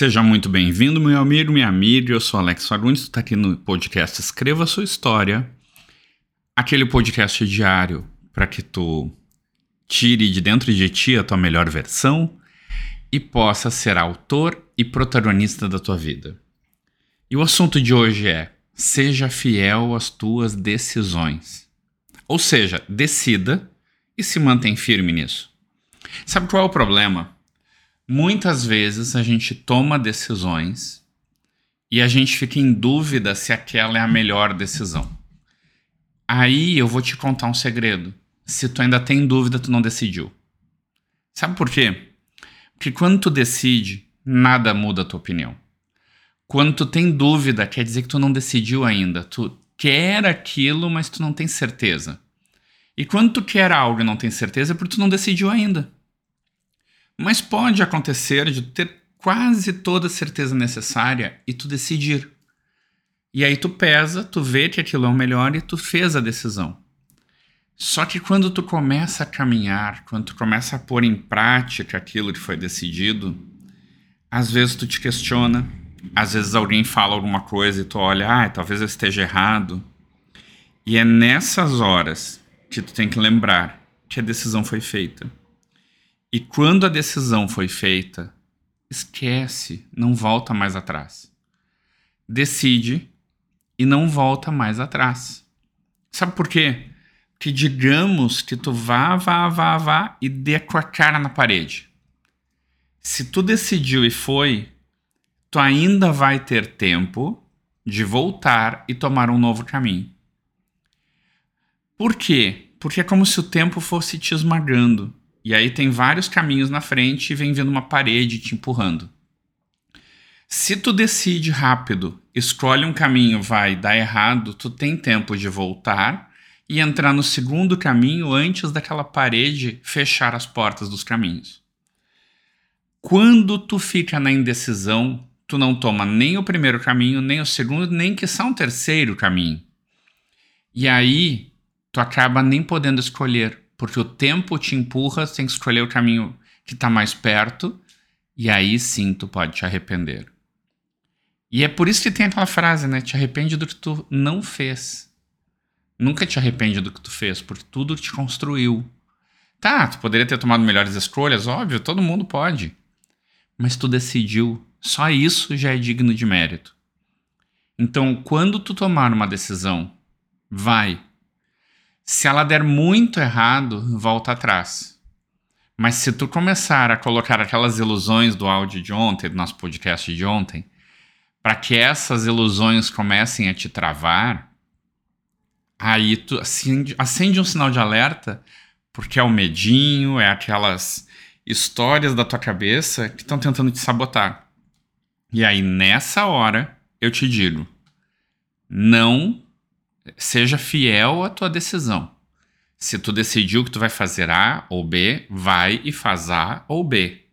Seja muito bem-vindo, meu amigo, minha amiga. Eu sou Alex Fagundes, tu está aqui no podcast Escreva Sua História, aquele podcast diário para que tu tire de dentro de ti a tua melhor versão e possa ser autor e protagonista da tua vida. E o assunto de hoje é: seja fiel às tuas decisões. Ou seja, decida e se mantém firme nisso. Sabe qual é o problema? Muitas vezes a gente toma decisões e a gente fica em dúvida se aquela é a melhor decisão. Aí eu vou te contar um segredo. Se tu ainda tem dúvida, tu não decidiu. Sabe por quê? Porque quando tu decide, nada muda a tua opinião. Quando tu tem dúvida, quer dizer que tu não decidiu ainda. Tu quer aquilo, mas tu não tem certeza. E quando tu quer algo e não tem certeza, é porque tu não decidiu ainda. Mas pode acontecer de tu ter quase toda a certeza necessária e tu decidir. E aí tu pesa, tu vê que aquilo é o melhor e tu fez a decisão. Só que quando tu começa a caminhar, quando tu começa a pôr em prática aquilo que foi decidido, às vezes tu te questiona, às vezes alguém fala alguma coisa e tu olha, talvez eu esteja errado. E é nessas horas que tu tem que lembrar que a decisão foi feita. E quando a decisão foi feita, esquece, não volta mais atrás. Decide e não volta mais atrás. Sabe por quê? Porque digamos que tu vá e dê com a cara na parede. Se tu decidiu e foi, tu ainda vai ter tempo de voltar e tomar um novo caminho. Por quê? Porque é como se o tempo fosse te esmagando. E aí tem vários caminhos na frente e vem vindo uma parede te empurrando. Se tu decide rápido, escolhe um caminho, vai dar errado, tu tem tempo de voltar e entrar no segundo caminho antes daquela parede fechar as portas dos caminhos. Quando tu fica na indecisão, tu não toma nem o primeiro caminho, nem o segundo, nem quiçá um terceiro caminho. E aí, tu acaba nem podendo escolher. Porque o tempo te empurra, tu tem que escolher o caminho que está mais perto, e aí sim tu pode te arrepender. E é por isso que tem aquela frase, né? Te arrepende do que tu não fez. Nunca te arrepende do que tu fez, porque tudo te construiu. Tá, tu poderia ter tomado melhores escolhas, óbvio, todo mundo pode. Mas tu decidiu, só isso já é digno de mérito. Então, quando tu tomar uma decisão, vai. Se ela der muito errado, volta atrás. Mas se tu começar a colocar aquelas ilusões do áudio de ontem, do nosso podcast de ontem, para que essas ilusões comecem a te travar, aí tu acende um sinal de alerta, porque é o medinho, é aquelas histórias da tua cabeça que estão tentando te sabotar. E aí, nessa hora, eu te digo, não seja fiel à tua decisão. Se tu decidiu que tu vai fazer A ou B, vai e faz A ou B.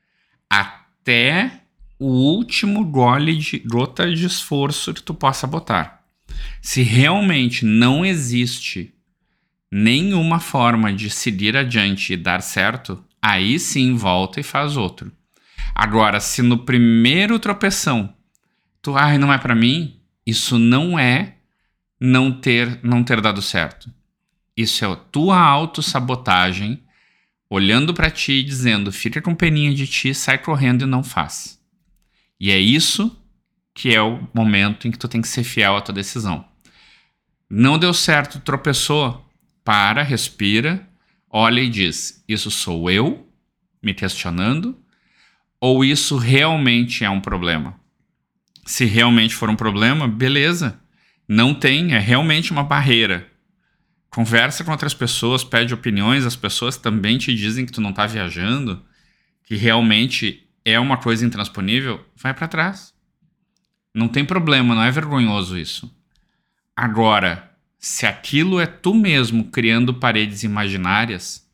Até o último gota de esforço que tu possa botar. Se realmente não existe nenhuma forma de seguir adiante e dar certo, aí sim volta e faz outro. Agora, se no primeiro tropeção tu, não é pra mim, isso não é não ter dado certo. Isso é a tua autossabotagem olhando pra ti e dizendo, fica com peninha de ti, sai correndo e não faz. E é isso que é o momento em que tu tem que ser fiel à tua decisão. Não deu certo, tropeçou, para, respira, olha e diz, isso sou eu me questionando ou isso realmente é um problema? Se realmente for um problema, beleza. Não tem, é realmente uma barreira. Conversa com outras pessoas, pede opiniões, as pessoas também te dizem que tu não tá viajando, que realmente é uma coisa intransponível, vai para trás. Não tem problema, não é vergonhoso isso. Agora, se aquilo é tu mesmo criando paredes imaginárias,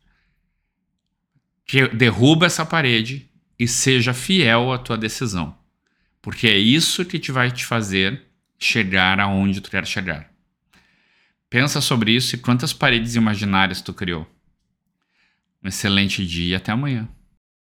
derruba essa parede e seja fiel à tua decisão. Porque é isso que vai te fazer chegar aonde tu quer chegar. Pensa sobre isso e quantas paredes imaginárias tu criou. Um excelente dia e até amanhã.